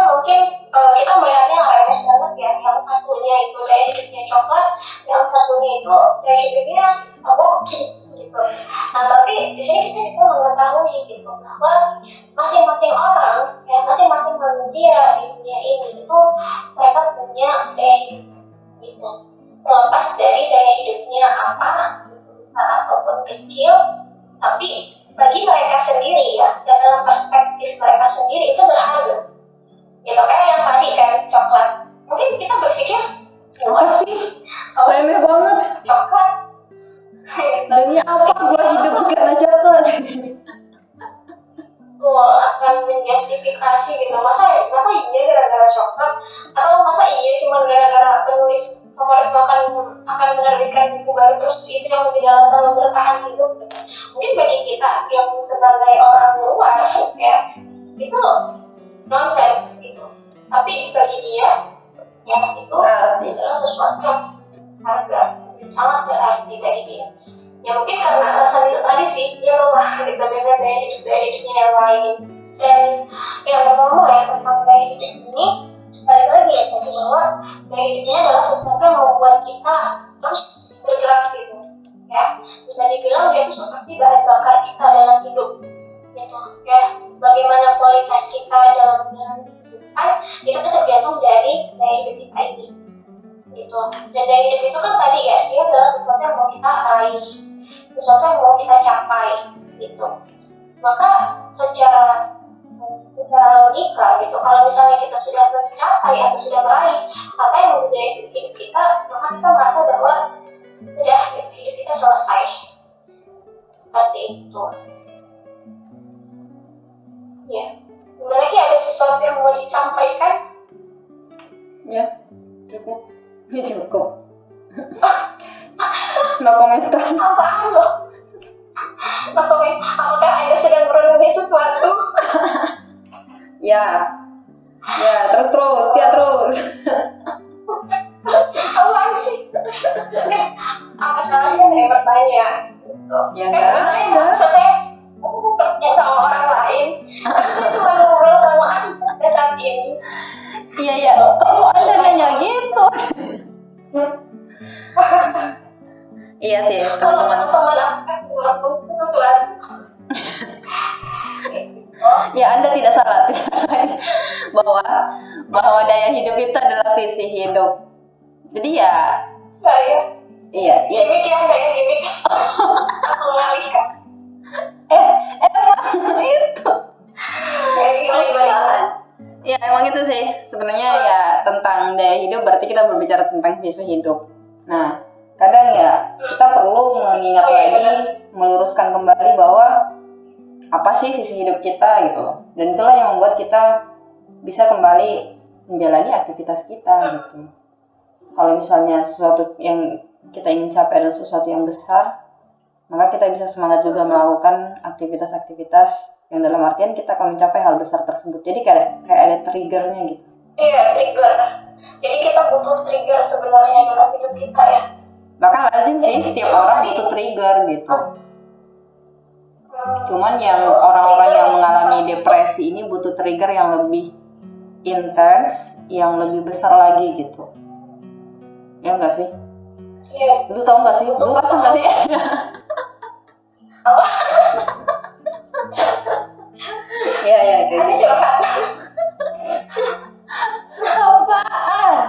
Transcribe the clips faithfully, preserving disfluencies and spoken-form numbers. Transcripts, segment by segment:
mungkin uh, kita melihatnya remeh banget ya, yang satunya itu gaya hidupnya coklat, yang satunya itu gaya hidupnya aboki gitu. Nah tapi di sini kita bisa mengetahui gitu bahwa masing-masing orang ya, masing-masing manusia di dunia ini itu mereka punya gaya hidup gitu, terlepas dari gaya hidupnya apa, besar ataupun kecil, tapi bagi mereka sendiri ya, dan dalam perspektif mereka sendiri itu berharga gitu. Kayak yang tadi kan coklat, mungkin kita berpikir apa sih remeh banget coklat demi apa gua hidup karena coklat. Wah, akan menjustifikasi gitu, masa masa iya gara-gara coklat, atau masa iya cuma gara-gara penulis favorit akan akan menerbitkan buku baru terus itu yang menjadi alasan bertahan hidup gitu. Mungkin bagi kita yang sebagai orang luar ya itu nonsense gitu, tapi bagi dia ya itu adalah sesuatu yang harga sangat berarti bagi dia. Ya mungkin karena alasan itu tadi sih dia lemah dibandingkan gaya hidup gaya hidupnya yang lain. Dan yang ngomong ya tentang gaya hidup ini, sekali lagi ya tadi bahwa gaya hidupnya adalah sesuatu yang membuat kita terus bergerak gitu ya. Bisa dibilang dia itu seperti bahan bakar kita dalam hidup gitu ya. Bagaimana kualitas kita dalam menjalani kehidupan itu kan tergantung dari gaya hidup kita ini gitu. Dan gaya hidup itu kan tadi ya, dia adalah sesuatu yang mau kita raih, sesuatu yang mau kita capai gitu. Maka secara secara logika gitu, kalau misalnya kita sudah mencapai atau sudah meraih apa yang menjadi hidup kita, maka kita merasa bahwa udah gitu, hidup kita selesai seperti itu ya. Gimana lagi, ada sesuatu yang mau disampaikan? Ya cukup, ini cukup. No komentar. Apaan loh? Atau apakah Anda sedang merenungi sesuatu? Ya, ya terus terus, ya terus. Apaan sih? Apa namanya yang bertanya? Ya Kayak enggak, misalnya enggak. saya aku bertanya sama orang lain, aku cuma ngobrol sama Anda dan ini. Iya ya, kok Anda nanya gitu? Iya sih teman-teman. Ya Anda tidak salah, tidak salah. bahwa bahwa daya hidup itu adalah visi hidup. Jadi ya, saya iya, iya. gimmick ya, kayak gimmick. Aku mengalihkan. Eh, emang itu. Kayak gimana? Ya emang itu sih sebenarnya ya, tentang daya hidup berarti kita berbicara tentang visi hidup. Nah kadang ya kita perlu mengingat lagi, meluruskan kembali bahwa apa sih visi hidup kita gitu loh. Dan itulah yang membuat kita bisa kembali menjalani aktivitas kita gitu. Kalau misalnya sesuatu yang kita ingin capai adalah sesuatu yang besar, maka kita bisa semangat juga melakukan aktivitas-aktivitas yang dalam artian kita akan mencapai hal besar tersebut. Jadi kayak kayak ada triggernya gitu. Iya, trigger. Jadi kita butuh trigger sebenarnya dalam hidup kita ya. Bahkan lazim sih setiap orang butuh trigger gitu. Cuman yang orang-orang yang mengalami depresi ini butuh trigger yang lebih intens, yang lebih besar lagi gitu. Ya enggak sih? Iya. Lu tau enggak sih? Lu rasa enggak sih? Apa? Iya, iya, kayak Ada gitu. curhat. Apaan?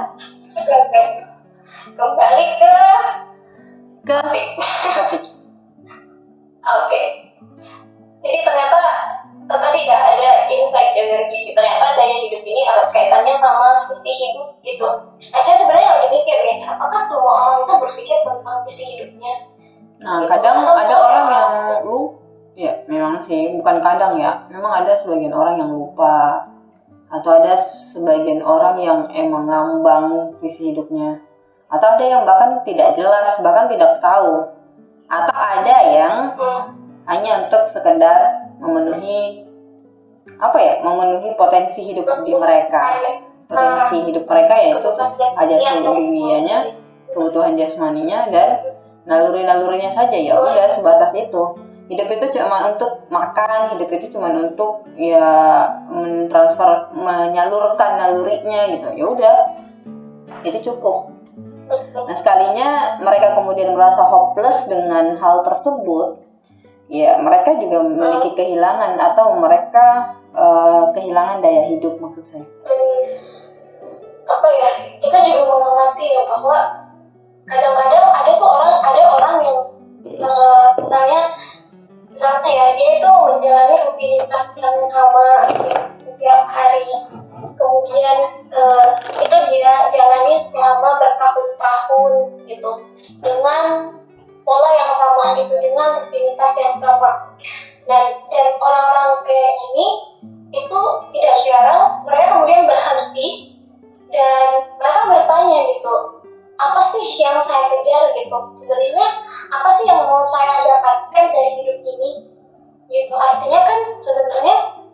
Kembali ke Ke topik. topik. Oke. Jadi ternyata oh, tadi ya ada insight dari ternyata daya hidup ini ada kaitannya sama visi hidup gitu. Nah saya sebenarnya lagi mikir ya, apakah semua orang itu berpikir tentang visi hidupnya? Nah, Gitu. kadang Atau ada misalnya orang yang lu ya memang sih, bukan kadang ya, memang ada sebagian orang yang lupa, atau ada sebagian orang yang emang ngambang visi hidupnya, atau ada yang bahkan tidak jelas, bahkan tidak tahu, atau ada yang hmm. hanya untuk sekedar memenuhi apa ya, memenuhi potensi hidup di mereka, potensi hidup mereka yaitu hajat dunianya, kebutuhan jasmaninya, dan naluri-nalurinya saja. Ya udah sebatas itu. Hidup itu cuma untuk makan, hidup itu cuma untuk ya mentransfer, menyalurkan nalurinya gitu, ya udah itu cukup. Nah sekalinya mereka kemudian merasa hopeless dengan hal tersebut, ya mereka juga memiliki kehilangan atau mereka uh, kehilangan daya hidup maksud saya. Hmm, apa ya, kita juga mengamati ya bahwa kadang-kadang ada tuh orang ada orang yang uh, misalnya misalnya ya dia itu menjalani rutinitas yang sama setiap hari, kemudian uh, itu dia jalani selama bertahun-tahun gitu dengan pola yang sama gitu, dengan rutinitas yang sama. Dan dan orang-orang kayak ini itu tidak jarang mereka kemudian berhenti dan mereka bertanya gitu, apa sih yang saya kejar gitu, sebenarnya apa sih yang mau saya dapatkan dari hidup ini gitu. Artinya kan sebenarnya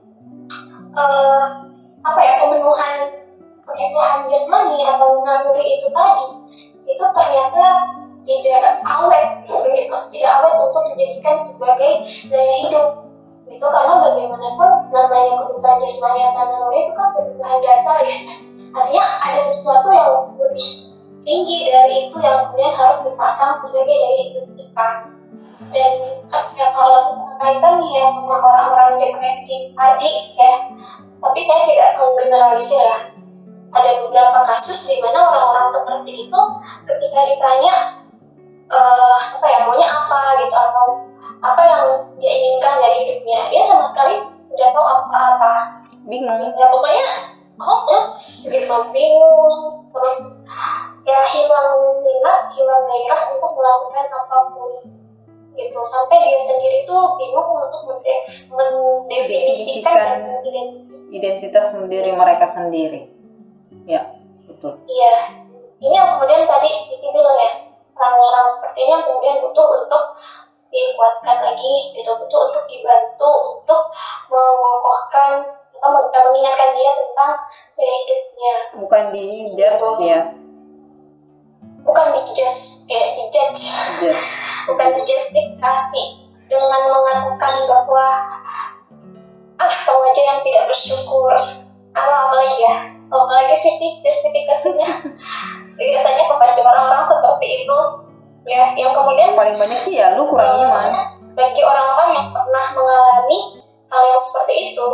uh, apa ya, pemenuhan pemenuhan jasmani atau naluri itu tadi itu ternyata tidak awet gitu, tidak awet untuk dijadikan sebagai daya hidup itu, karena bagaimanapun namanya kebutuhan jasmani atau naluri itu kan kebutuhan dasar ya. Artinya ada sesuatu yang lebih tinggi dari itu yang kemudian harus dipasang sebagai daya hidup kita. Dan ya, kalau berkaitan ya sama orang-orang depresi tadi ya, tapi saya tidak menggeneralisir ya. Ada beberapa kasus di mana orang-orang seperti itu ketika ditanya uh, apa ya, maunya apa gitu atau apa yang dia inginkan dari hidupnya, dia sama sekali tidak tahu apa-apa, bingung ya pokoknya hopeless gitu, bingung, terus ya hilang minat, hilang gairah untuk melakukan apapun gitu, sampai dia sendiri tuh bingung untuk mendef- mendefinisikan dan identitas. identitas sendiri mereka sendiri. Ya, betul. Iya, ini yang kemudian tadi Diki bilang ya, orang-orang seperti ini yang kemudian butuh untuk dikuatkan lagi gitu, butuh untuk dibantu untuk mengokohkan, mengingatkan dia tentang gaya hidupnya. Bukan di judge ya. Bukan di judge, eh di judge. Judge. Bukan di justifikasi dengan mengatakan bahwa ah kamu aja yang tidak bersyukur atau apa lagi ya, apalagi sih justifikasinya biasanya kepada orang-orang seperti itu ya, yang kemudian paling banyak sih ya lu kurang iman. Bagi orang-orang yang pernah mengalami hal yang seperti itu,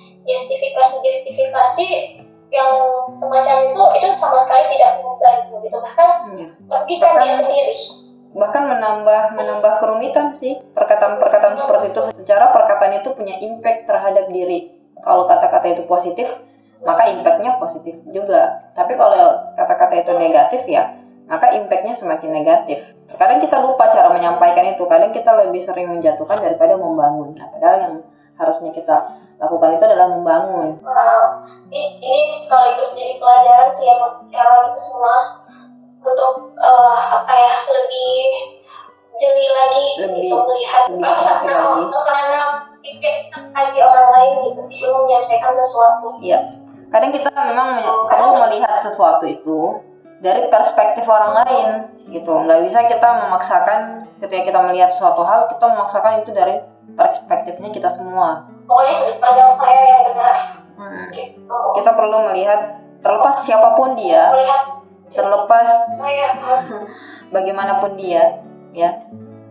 justifikasi-justifikasi yang semacam itu itu sama sekali tidak membantu gitu, bahkan ya. merugikan dia sendiri, bahkan menambah menambah kerumitan sih. Perkataan-perkataan seperti itu, secara perkataan itu punya impact terhadap diri. Kalau kata-kata itu positif, maka impact-nya positif juga. Tapi kalau kata-kata itu negatif ya, maka impact-nya semakin negatif. Kadang kita lupa cara menyampaikan itu, kadang kita lebih sering menjatuhkan daripada membangun. Nah, padahal yang harusnya kita lakukan itu adalah membangun. Wow, ini, ini sekaligus jadi pelajaran sih ya buat kita semua untuk uh, apa ya, lebih jeli lagi lebih, gitu melihat suasana suasana pikir bagi orang lain gitu sebelum menyampaikan sesuatu. Iya, kadang kita memang perlu melihat sesuatu itu dari perspektif orang lain gitu. Nggak bisa kita memaksakan ketika kita melihat suatu hal, kita memaksakan itu dari perspektifnya kita semua. Pokoknya sudut pandang saya yang benar. Hmm. Gitu. Kita perlu melihat, terlepas siapapun dia, melihat terlepas saya bagaimanapun dia, ya,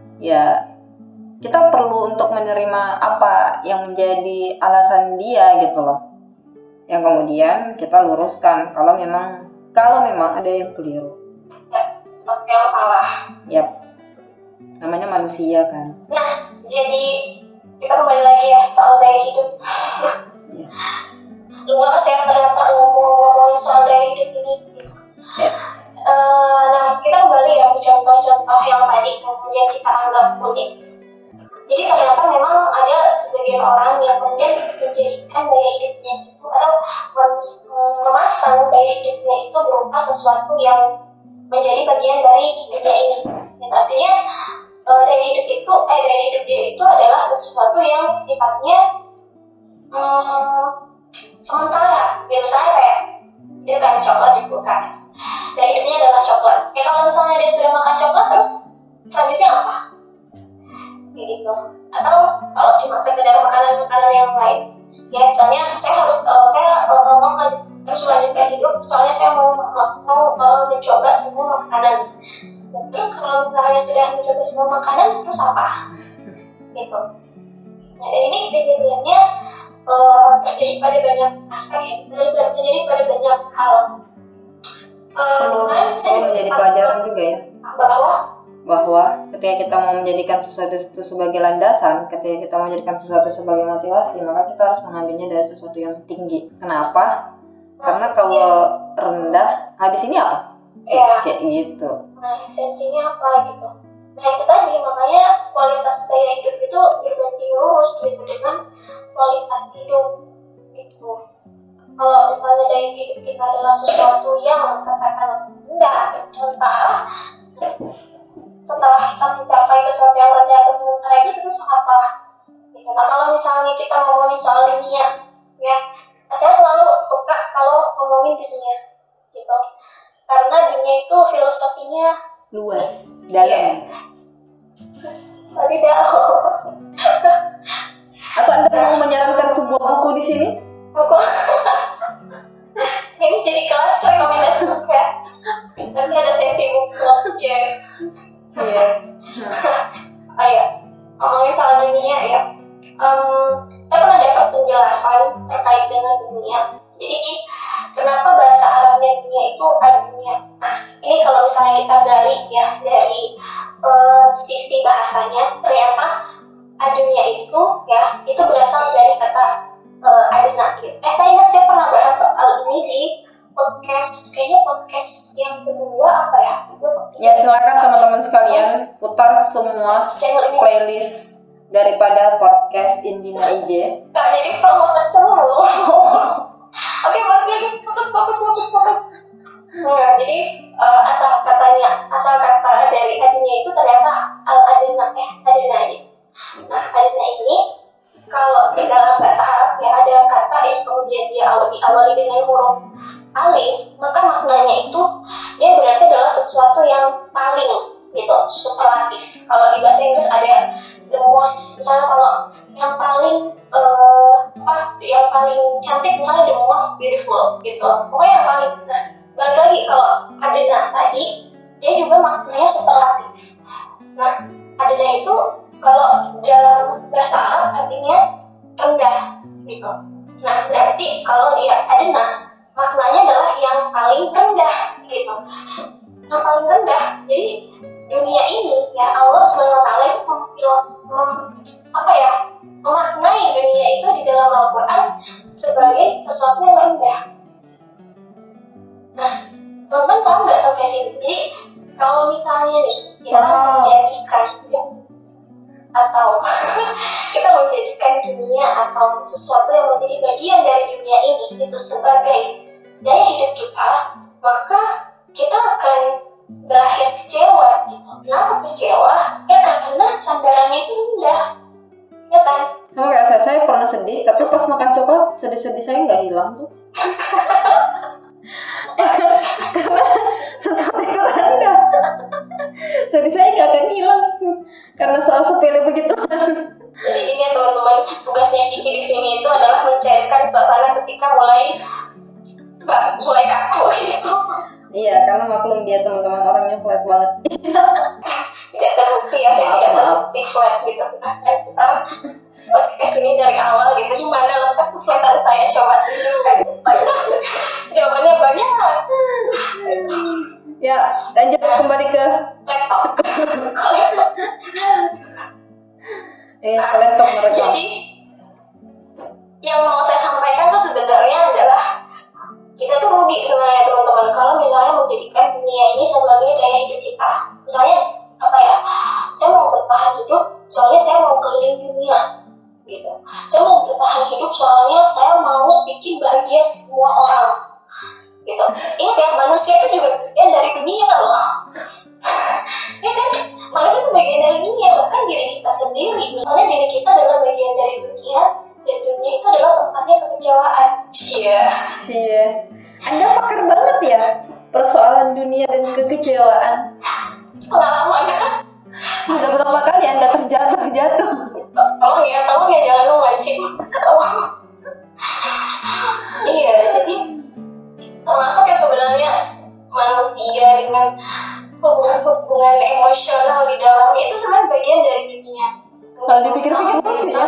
ya kita perlu untuk menerima apa yang menjadi alasan dia gitu loh. Yang kemudian kita luruskan kalau memang kalau memang ada yang keliru. Ya, sesuatu yang salah. Yap. Namanya manusia kan. Nah, jadi kita kembali lagi ya soal daya hidup. Ya. Luas ya ternyata ngomong-ngomongin soal daya hidup ini. Gitu. Ya. Uh, nah, kita kembali ya ke contoh-contoh yang tadi kemudian kita anggap unik. Jadi ternyata memang ada sebagian orang yang kemudian menjadikan daya hidupnya itu atau memasang daya hidupnya itu berupa sesuatu yang menjadi bagian dari hidupnya ini. Dan artinya uh, daya hidup itu, eh daya hidup dia itu adalah sesuatu yang sifatnya um, sementara. Biasanya kayak dia kayak coklat di kulkas. Daya hidupnya adalah coklat. Ya kalau misalnya dia sudah makan coklat terus selanjutnya apa? Gitu. Atau kalau cuma sekedar makanan-makanan yang lain, ya misalnya saya harus uh, saya uh, mau harus melanjutkan hidup, soalnya saya mau mau uh, mencoba semua makanan. Dan terus kalau misalnya sudah mencoba semua makanan, terus apa? Gitu. Nah, dan ini kejadiannya uh, terjadi pada banyak aspek, ya, terjadi pada banyak hal. Uh, perlu perlu menjadi pelajaran juga ya, bahwa bahwa ketika kita mau menjadikan sesuatu itu sebagai landasan, ketika kita mau menjadikan sesuatu sebagai motivasi, maka kita harus mengambilnya dari sesuatu yang tinggi. Kenapa? Karena kalau rendah, habis ini apa? ya, Kayak gitu. nah esensinya apa gitu. Nah itu tadi, makanya kualitas gaya hidup itu berbanding lurus gitu dengan kualitas hidup gitu. Kalau misalnya gaya hidup kita adalah sesuatu yang katakan rendah, sementara setelah kita mencapai sesuatu yang rendah atau sementara itu, terus apa? Gitu. Nah kalau misalnya kita ngomongin soal dunia, ya, saya selalu suka kalau ngomongin dunia, gitu. Karena dunia itu filosofinya Luas, dalam. tidak. Atau Anda mau menyarankan sebuah buku di sini? Buku. Ini jadi kelas rekomendasi buku ya. Nanti ada sesi buku. Ya. Iya. Oh ya, ngomongin soal dunia ya. Um, saya pernah dapat penjelasan terkait dengan dunia. Jadi kenapa bahasa Arabnya dunia itu adunia? Nah, ini kalau misalnya kita gali ya dari uh, sisi bahasanya, ternyata adunia itu ya itu berasal dari kata uh, aduna. Eh saya ingat saya pernah bahas soal ini di podcast, kayaknya podcast yang kedua apa ya? Ya silakan teman-teman sekalian putar semua playlist daripada podcast Indina I J. Gak jadi promoter dulu. Oke, balik lagi, fokus, fokus, fokus, fokus. Nah, jadi uh, asal katanya, asal kata dari adanya itu ternyata al adena, eh adena ini. Nah, adena ini kalau di dalam bahasa Arab ya ada kata yang kemudian dia awali, awali dengan huruf alif, maka maknanya itu dia berarti adalah sesuatu yang paling gitu, superlatif. Kalau di bahasa Inggris ada the most, misalnya kalau yang paling uh, apa, yang paling cantik misalnya the most beautiful gitu, pokoknya yang paling. Nah, balik lagi kalau adena tadi dia juga maknanya superlatif. Nah, adena itu kalau dalam bahasa Arab artinya rendah gitu. Nah, berarti kalau dia adena maknanya adalah yang paling rendah gitu. Yang paling rendah. Jadi dunia ini ya Allah subhanahu wa taala itu memfilos mem, apa ya memaknai dunia itu di dalam Al-Quran sebagai sesuatu yang rendah. Nah, teman-teman tahu nggak sampai sini? Jadi kalau misalnya nih kita wow. menjadikan ya, atau kita menjadikan dunia atau sesuatu yang menjadi bagian dari dunia ini itu sebagai gaya hidup kita, maka kita akan berakhir kecewa gitu. Kenapa kecewa? Ya karena sandarannya itu rendah, ya kan? Sama kayak saya, saya pernah sedih, tapi pas makan coklat sedih-sedih saya nggak hilang tuh. Karena sesuatu itu rendah. Sedih saya nggak akan hilang karena soal sepele begituan. Jadi ini ya teman-teman, tugasnya Kiki di sini itu adalah mencairkan suasana ketika mulai mulai kaku gitu. Iya, karena maklum dia teman-teman orangnya flat banget. Tidak terbukti ya, saya tidak terbukti flat gitu. Silahkan kita podcast ini dari awal gitu, di mana letak keflatan saya, coba tunjukkan. Jawabannya banyak. Ya, lanjut kembali ke laptop. Eh, ke laptop merekam. Jadi yang mau saya sampaikan tuh sebenarnya adalah kita tuh rugi sebenarnya teman-teman kalau misalnya menjadikan dunia ini sebagai gaya hidup kita. Misalnya apa ya? Saya mau bertahan hidup soalnya saya mau keliling dunia, gitu. Saya mau bertahan hidup soalnya saya mau bikin bahagia semua orang, gitu. Ingat ya, manusia itu juga bagian dari dunia loh. Ya kan? Manusia itu bagian dari dunia, bahkan diri kita sendiri. Misalnya diri kita adalah bagian dari dunia, dan dunia itu adalah tempatnya kekecewaan. Cia. Cia. Anda pakar banget ya persoalan dunia dan kekecewaan. Pengalaman. Sudah berapa kali Anda terjatuh-jatuh? Tolong ya, tolong ya, jangan lu mancing. Tolong. Iya, jadi termasuk yang sebenarnya manusia dengan hubungan-hubungan emosional di dalamnya itu sebenarnya bagian dari dunia. Kalau dipikir-pikir lucu ya.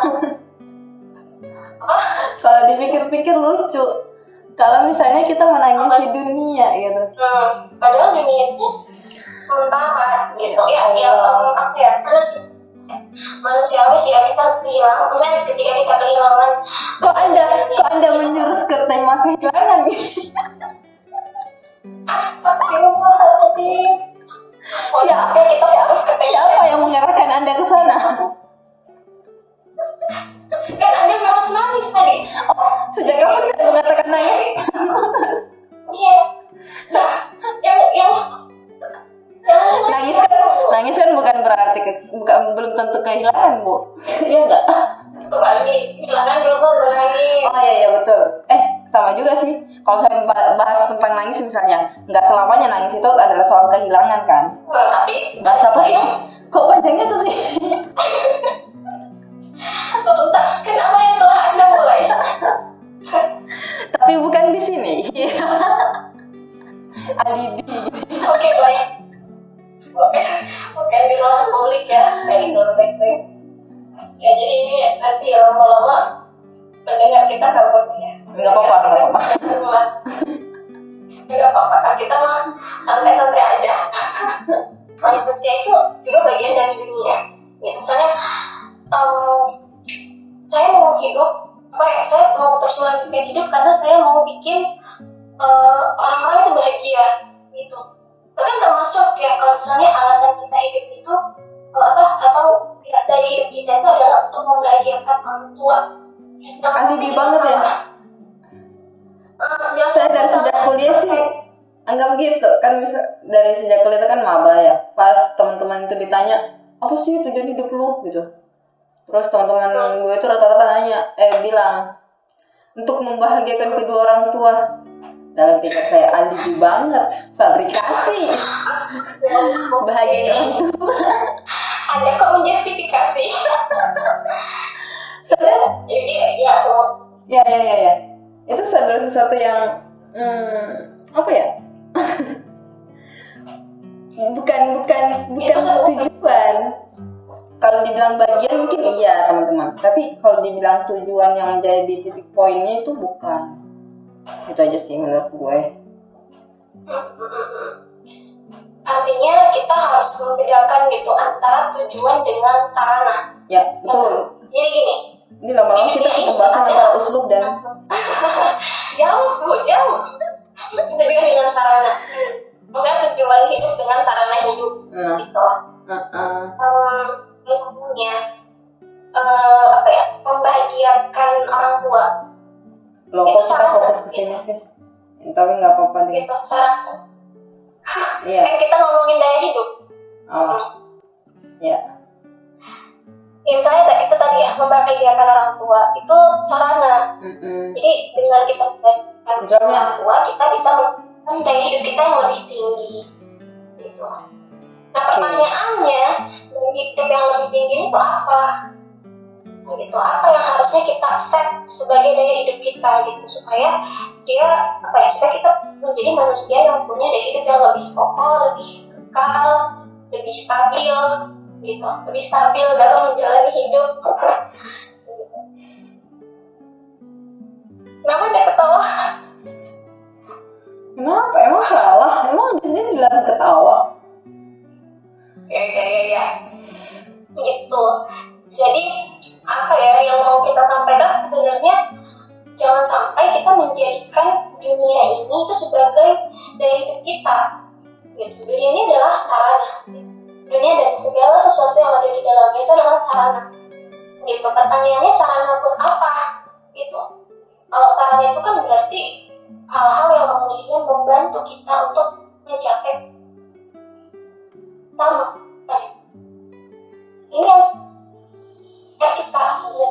Apa? Kalau dipikir-pikir lucu. Kalau misalnya kita menangisi dunia gitu. Hmm, padahal dunia itu sementara gitu. Ya, ya, um, apa ya? Terus manusiawi ya kita kehilangan. Misalnya ketika kita kehilangan. Kok anda, kok anda menjurus ke tema kehilangan gitu? Astagfirullahaladzim. Siapa kita harus ke siapa yang mengarahkan anda ke sana? Kan anda harus nangis tadi. Oh, sejak kapan saya mengatakan nangis? Iya. Nah, yang yang nangis kan, nangis kan bukan berarti ke, bukan belum tentu kehilangan, Bu. Iya enggak? Tuh lagi kehilangan belum tentu nangis. Oh iya iya betul. Eh sama juga sih. Kalau saya bahas tentang nangis misalnya, nggak selamanya nangis itu adalah soal kehilangan kan? Nah, tapi bahas apa sih? Kok panjangnya ke sih? tuntaskan apa yang telah anda mulai. Tapi bukan di sini. Alibi. Oke baik. Oke, oke di ruang publik ya. Baik kalau baik-baik. Ya jadi ini nanti lama-lama pendengar kita kalau ya. Nggak apa-apa, nggak apa-apa. Nggak apa-apa kan kita mah santai-santai aja. Manusia itu juga bagian dari dunia. Gitu. Misalnya, um, saya mau hidup, apa ya? Saya mau terus melanjutkan hidup karena saya mau bikin uh, orang-orang itu bahagia. Gitu. Bahkan termasuk ya kalau misalnya alasan kita hidup itu uh, apa atau ya, dari hidup kita itu adalah untuk membahagiakan orang tua. Alibi banget ya. Uh, saya dari sejak kuliah sih anggap gitu kan, bisa dari sejak kuliah itu kan maba ya, pas teman-teman itu ditanya apa sih tujuan hidup lu gitu, terus teman-teman gue itu rata-rata nanya eh bilang untuk membahagiakan kedua orang tua. Dalam pikir saya alibi banget, fabrikasi bahagiain orang tua. Anda kok menjustifikasi? Saya jadi ya ya ya ya ya itu adalah sesuatu yang hmm, apa ya bukan bukan bukan tujuan. Kalau dibilang bagian mungkin iya teman-teman, tapi kalau dibilang tujuan yang menjadi titik poinnya itu bukan. Itu aja sih menurut gue. Artinya kita harus membedakan gitu antara tujuan dengan sarana. Ya betul. Jadi gini, ini lama-lama kita ke pembahasan antara uslub dan jauh bu jauh tujuan dengan sarana. Maksudnya tujuan hidup dengan sarana hidup nah. gitu. Uh-uh. Um, misalnya uh, apa ya, membahagiakan orang tua. Loh kok kita fokus ke sini sih? Tapi nggak apa-apa deh. Itu sarana. Iya. Kan kita ngomongin daya hidup. Oh. Ya. Ya misalnya itu tadi ya, membahagiakan orang tua itu sarana. Mm-mm. Jadi dengan kita membahagiakan Misalnya? orang tua, kita bisa melakukan daya hidup kita yang lebih tinggi. Gitu. Nah pertanyaannya, daya hidup yang lebih tinggi itu apa? Nah, gitu. Apa yang harusnya kita set sebagai daya hidup kita gitu supaya dia apa ya supaya kita menjadi manusia yang punya daya hidup yang lebih kokoh, lebih kekal, lebih stabil gitu, lebih stabil dalam menjalani hidup. Kenapa Anda ketawa? Kenapa? Emang salah? Emang di sini dilarang ketawa? Ya ya ya ya. Gitu. Jadi apa ya yang mau kita sampaikan sebenarnya jangan sampai kita menjadikan dunia ini itu sebagai daya hidup kita. Gitu. Dunia ini adalah sarana. Dunia dan segala sesuatu yang ada di dalamnya itu adalah sarana. Gitu. Pertanyaannya sarana buat apa? Gitu. Kalau sarana itu kan berarti hal-hal yang kemudian membantu kita untuk mencapai nama. Ini yang yang kita aslinya.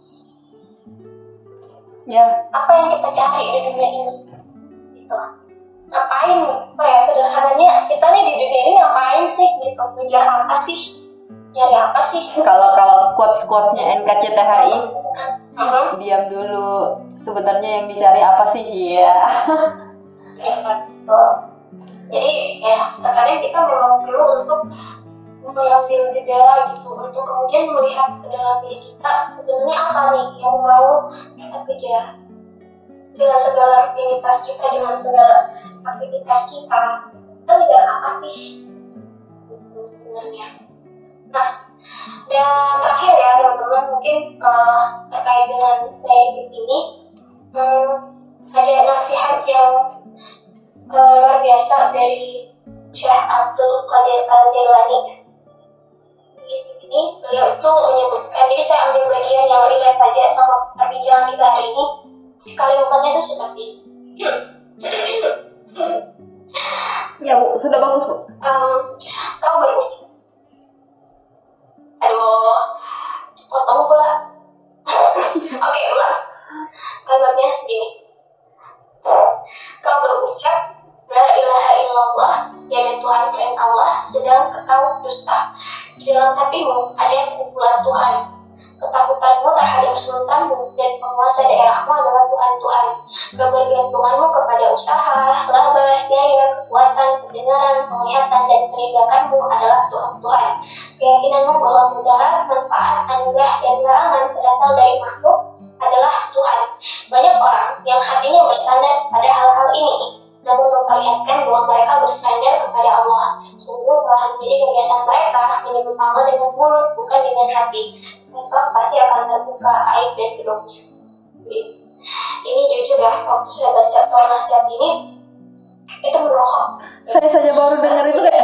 Ya. Apa yang kita cari di dunia ini? Gitu. Ngapain? Apa ya? Sederhananya kita nih di dunia ini ngapain sih? Gitu. Ngejar apa sih? Nyari apa sih? Kalau kalau quotes quotesnya N K C T H I, Uh-huh. Diam dulu. Sebenarnya yang dicari apa sih? Iya. Ya, betul. Jadi ya terkadang kita memang perlu untuk mengambil jeda gitu, untuk kemudian melihat ke dalam diri kita sebenarnya apa nih yang mau kita kejar dengan segala rutinitas kita, dengan segala aktivitas kita, kita sedang apa sih sebenarnya. Nah, dan terakhir ya teman-teman, mungkin uh, terkait dengan gaya hidup ini, hmm, ada nasihat yang uh, luar biasa dari Syekh Abdul Qadir Al-Jailani. Ini beliau itu menyebutkan, jadi saya ambil bagian yang relate saja sama perbincangan kita hari ini. Kalimatnya itu seperti Ya Bu, sudah bagus Bu. um, kau berucap, aduh, potong pula. Oke, ulang. Kalimatnya gini, kau berucap la ilaha illallah, tiada Tuhan selain Allah, sedang kau dusta. Di dalam hatimu ada sekumpulan Tuhan. Ketakutanmu terhadap sultanmu dan penguasa daerahmu adalah Tuhan-Tuhan. Kebergantunganmu kepada usaha, laba, daya, kekuatan, pendengaran, penglihatan, dan penindakanmu adalah Tuhan-Tuhan. Keyakinanmu bahwa mudarat, manfaat, anugerah, dan larangan berasal dari makhluk adalah Tuhan. Banyak orang yang hatinya bersandar pada hal-hal ini, namun memperlihatkan bahwa mereka bersandar kepada Allah. Sungguh telah menjadi kebiasaan mereka menyebut Allah dengan mulut, bukan dengan hati. Besok pasti akan terbuka aib dan kedoknya. Ini jujur ya, waktu saya baca soal nasihat ini, itu merohok. Saya saja baru dengar itu kayak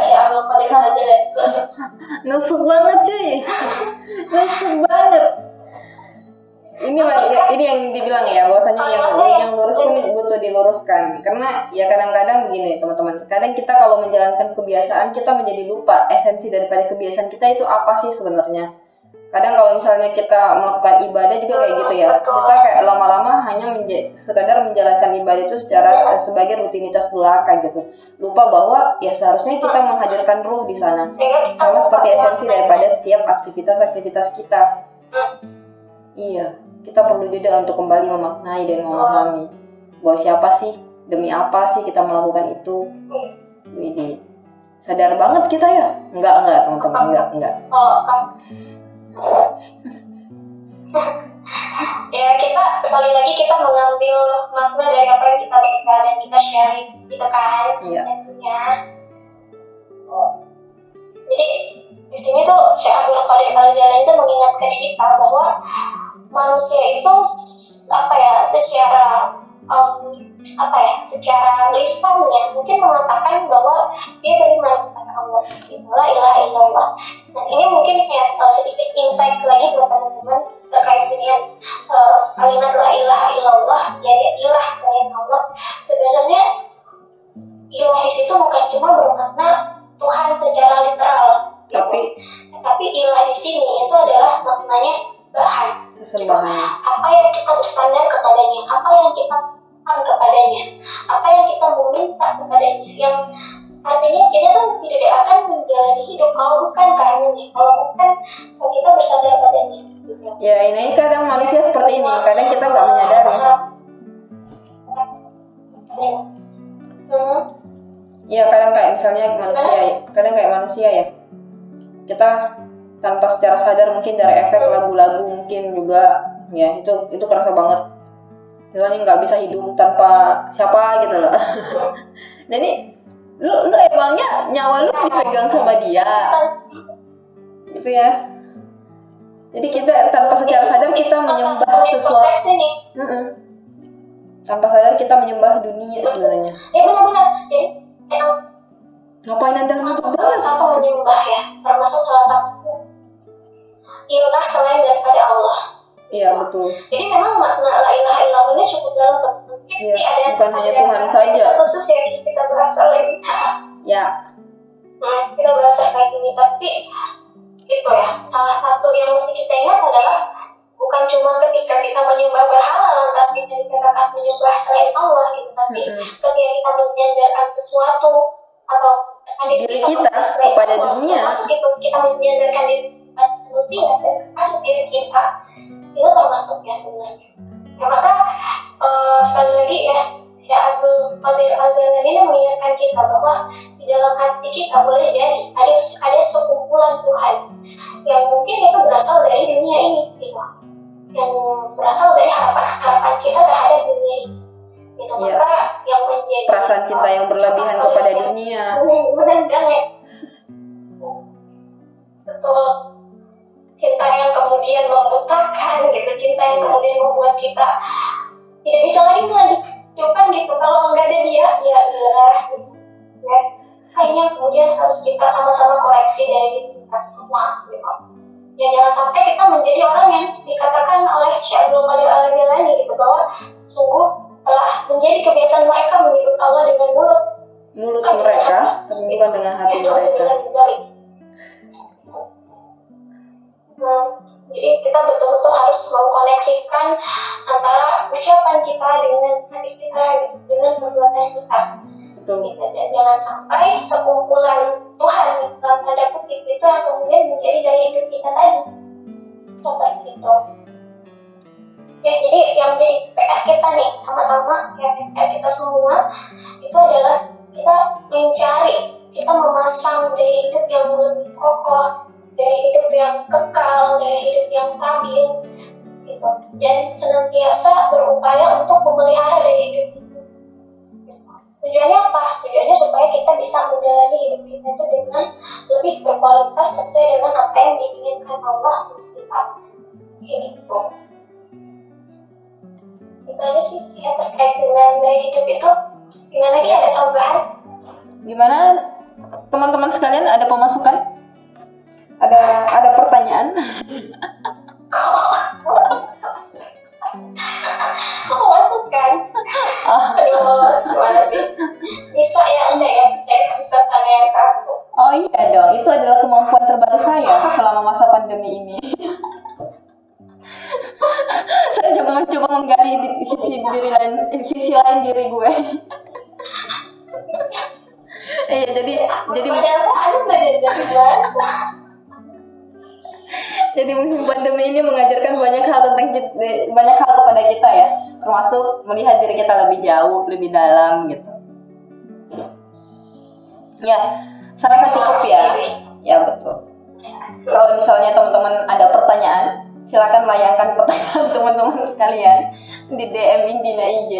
nusuk banget cuy. Nusuk banget. Ini ini yang dibilang ya, bahwasanya yang yang lurus pun butuh diluruskan. Karena ya kadang-kadang begini teman-teman, kadang kita kalau menjalankan kebiasaan kita menjadi lupa esensi daripada kebiasaan kita itu apa sih sebenarnya. Kadang kalau misalnya kita melakukan ibadah juga kayak gitu ya, kita kayak lama-lama hanya menja- sekadar menjalankan ibadah itu secara eh, sebagai rutinitas belaka gitu. Lupa bahwa ya seharusnya kita menghadirkan ruh di sana, sama seperti esensi daripada setiap aktivitas-aktivitas kita. Iya, kita perlu jeda untuk kembali memaknai dan memahami bahwa siapa sih, demi apa sih kita melakukan itu. Widih, sadar banget kita ya? Enggak, enggak teman-teman, enggak, enggak. Ya kita kembali lagi kita mengambil makna dari apa yang kita baca dan kita sharing gitu kan, Iya. esensinya. Jadi di sini tuh Syekh Abdul Qadir Al-Jailani itu mengingatkan kita bahwa manusia itu apa ya, secara um, apa ya, secara lisannya mungkin mengatakan bahwa dia beriman kepada Allah, la ilaha illallah. Nah ini mungkin ya uh, sedikit insight lagi buat teman-teman terkait dengan uh, kalimat la ilaha illallah, jadi ilah selain Allah. Sebenarnya ilah di situ bukan cuma bermakna Tuhan secara literal, gitu. Tapi Tapi ilah di sini itu adalah maknanya sembahan. Sesembahan. Apa yang kita bersandar kepadanya, apa yang kita mohon kepadanya, apa yang kita meminta kepadanya, yang artinya kita tuh tidak akan menjalani hidup kalau bukan karenanya, kalau bukan kalau kita bersandar padanya. Gitu. Ya ini kadang manusia seperti ini, kadang kita nggak menyadari. Hmm. Iya kadang kayak misalnya manusia, kadang kayak manusia ya. Kita tanpa secara sadar mungkin dari efek lagu-lagu mungkin juga ya itu itu kerasa banget. Misalnya nggak bisa hidup tanpa siapa gitu loh. Jadi lu lu emangnya nyawa lu dipegang sama dia, gitu ya. Jadi kita tanpa secara sadar kita menyembah sesuatu. Mm-mm. Tanpa sadar kita menyembah dunia sebenarnya. Ya benar-benar. Jadi Ngapain anda termasuk salah satu menyembah ya, termasuk salah satu ilah selain daripada Allah. Iya betul. Jadi memang makna la ilaha illallah ini cukup dalam teman. Iya, ada bukan hanya Tuhan saja. Khusus yang kita bahas lagi. Ya. Nah, kita bahas terkait ini, tapi itu ya salah satu yang mesti kita ingat adalah bukan cuma ketika kita menyembah berhala lantas kita dikatakan menyembah selain Allah gitu, tapi Mm-hmm. ketika kita menyandarkan sesuatu atau diri kita kepada dunia, termasuk itu kita menyandarkan diri kepada manusia dan kepada diri kita itu termasuk ya sebenarnya. Ya, maka uh, sekali lagi ya, ya Abdul Qadir Al-Jilani ini mengingatkan kita bahwa di dalam hati kita boleh jadi ada ada sekumpulan Tuhan yang mungkin itu berasal dari dunia ini, gitu, yang berasal dari harapan-harapan kita terhadap dunia ini. Gitu. Ya. Maka yang menjadi perasaan cinta yang berlebihan kepada dunia, menendang ya, betul, cinta yang kemudian membutakan, gitu, cinta yang kemudian membuat kita tidak bisa lagi melanjutkan, gitu. Kalau nggak ada dia, ya udah, gitu. Ya, kayaknya kemudian harus kita sama-sama koreksi dari kita semua, gitu. Ya jangan sampai kita menjadi orang yang dikatakan oleh Syekh Abdul Qadir Al-Jilani, gitu, bahwa sungguh telah menjadi kebiasaan mereka menyebut Allah dengan mulut mulut mereka, tapi bukan dengan hati mereka. Hmm, jadi kita betul-betul harus mengkoneksikan antara ucapan kita dengan hati kita, dengan perbuatan kita. Betul. Gitu. Dan jangan sampai sekumpulan Tuhan dalam tanda kutip itu yang kemudian menjadi daya hidup kita tadi. Seperti itu. Ya, jadi yang menjadi P R kita nih sama-sama, ya P R kita semua itu adalah kita mencari, kita memasang daya hidup yang lebih kokoh, daya hidup yang kekal, daya hidup yang stabil, gitu. Dan senantiasa berupaya untuk memelihara daya hidup itu. Tujuannya apa? Tujuannya supaya kita bisa menjalani hidup kita itu dengan lebih berkualitas sesuai dengan apa yang diinginkan Allah untuk kita. Kayak gitu. Itu aja sih ya terkait dengan gaya hidup itu. Gimana Ki, ada tambahan? Gimana teman-teman sekalian, ada pemasukan? Ada ada pertanyaan? Pemasukan? Oh. Aduh, gimana sih? Bisa ya Anda ya dari kebiasaan yang kaku. Oh iya dong, itu adalah kemampuan terbaru saya selama masa pandemi ini. Saya coba mencoba menggali di sisi diri lain, sisi lain diri gue. Iya, jadi jadi biasa ada belajar jadi musim pandemi ini mengajarkan banyak hal tentang kita, banyak hal kepada kita ya, termasuk melihat diri kita lebih jauh, lebih dalam gitu. Ya, saya rasa cukup ya. Ya betul. Kalau misalnya teman-teman ada pertanyaan, silakan layangkan pertanyaan teman-teman sekalian di D M Indina I J.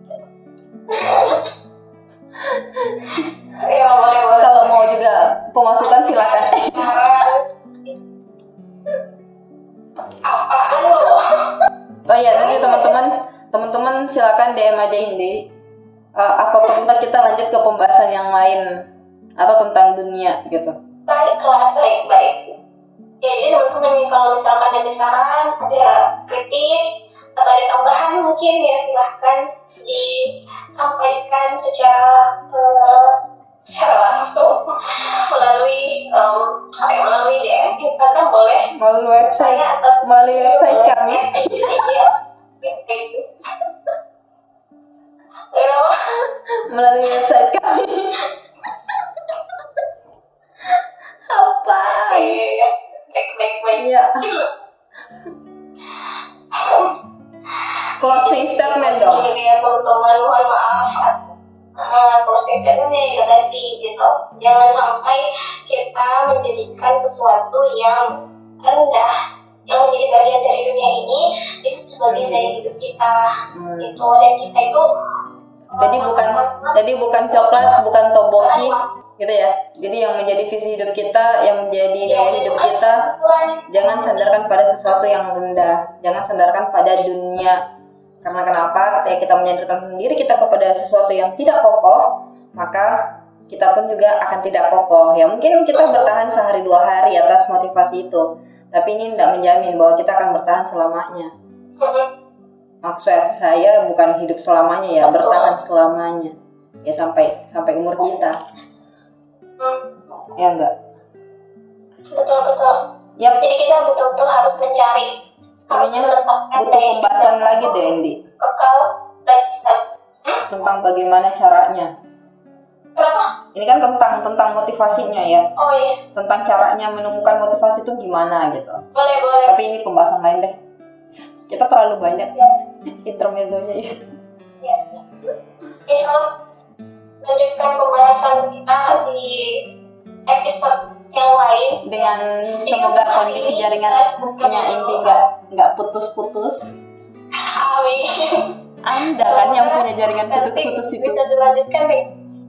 Ya, boleh, boleh. Kalau mau juga pemasukan silakan. Oh iya, nanti teman-teman teman-teman silakan D M aja Indi. Uh, apa perlu kita lanjut ke pembahasan yang lain atau tentang dunia gitu? Baiklah, baik baik. Ya, jadi teman-teman nih kalau misalkan ada saran, ada kritik atau ada tambahan mungkin ya silahkan disampaikan secara uh, secara langsung melalui um, apa ya, melalui D M Instagram boleh, melalui website atau melalui website kami. Melalui website kami. Apa? Baik baik baik. Iya. Closing statement dong. Ya teman-teman, mohon maaf. Nah, kalau statementnya ya tadi gitu, jangan sampai kita menjadikan sesuatu yang rendah yang menjadi bagian dari dunia ini itu sebagai daya hidup kita, hmm. gitu. Dan kita itu jadi bukan jadi bukan coklat, bukan toboki gitu ya. Jadi yang menjadi visi hidup kita, yang menjadi daya hidup kita, jangan sandarkan pada sesuatu yang rendah, jangan sandarkan pada dunia. Karena kenapa? Ketika kita menyandarkan diri kita kepada sesuatu yang tidak kokoh, maka kita pun juga akan tidak kokoh. Ya mungkin kita bertahan sehari dua hari atas motivasi itu, tapi ini tidak menjamin bahwa kita akan bertahan selamanya. Maksud saya bukan hidup selamanya ya, bertahan selamanya. Ya sampai sampai umur kita. Ya enggak? Betul betul. Yap. Jadi kita betul-betul harus mencari. Sebenarnya butuh pembahasan lagi deh Indi. Kekal dan bisa. Tentang bagaimana caranya. Kenapa? Ini kan tentang tentang motivasinya ya. Oh iya. Tentang caranya menemukan motivasi itu gimana gitu. Boleh boleh. Tapi ini pembahasan lain deh. Kita terlalu banyak Ya. intermezzonya ya. Ya. Insya Allah lanjutkan pembahasan kita di episode yang lain. Dengan semoga kondisi jaringannya Indi nggak nggak putus-putus. Amin. Anda kan yang punya jaringan Nanti putus-putus itu. bisa dilanjutkan nih.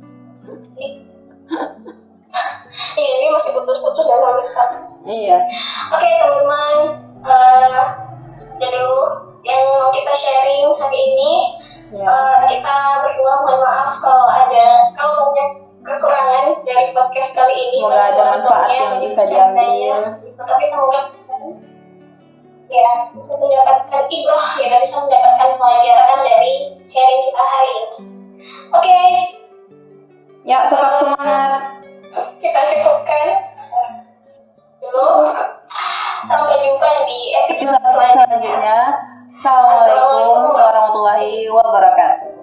Iya, ini masih putus-putus ya sampai sekarang. Iya. Oke teman-teman, uh, jadi dulu yang mau kita sharing hari ini. Ya. Uh, kita berdua mohon maaf kalau ada kalau banyak kekurangan dari podcast kali ini. Semoga ada banyak manfaat contohnya, yang banyak bisa bercandanya, diambil. gitu. Tapi semoga ya bisa mendapatkan ibrah, ya bisa mendapatkan pelajaran dari sharing kita hari ini. Oke, Ya, tetap semangat. kita cukupkan dulu. Sampai jumpa di episode Episode selanjutnya. selanjutnya. Assalamualaikum warahmatullahi wabarakatuh.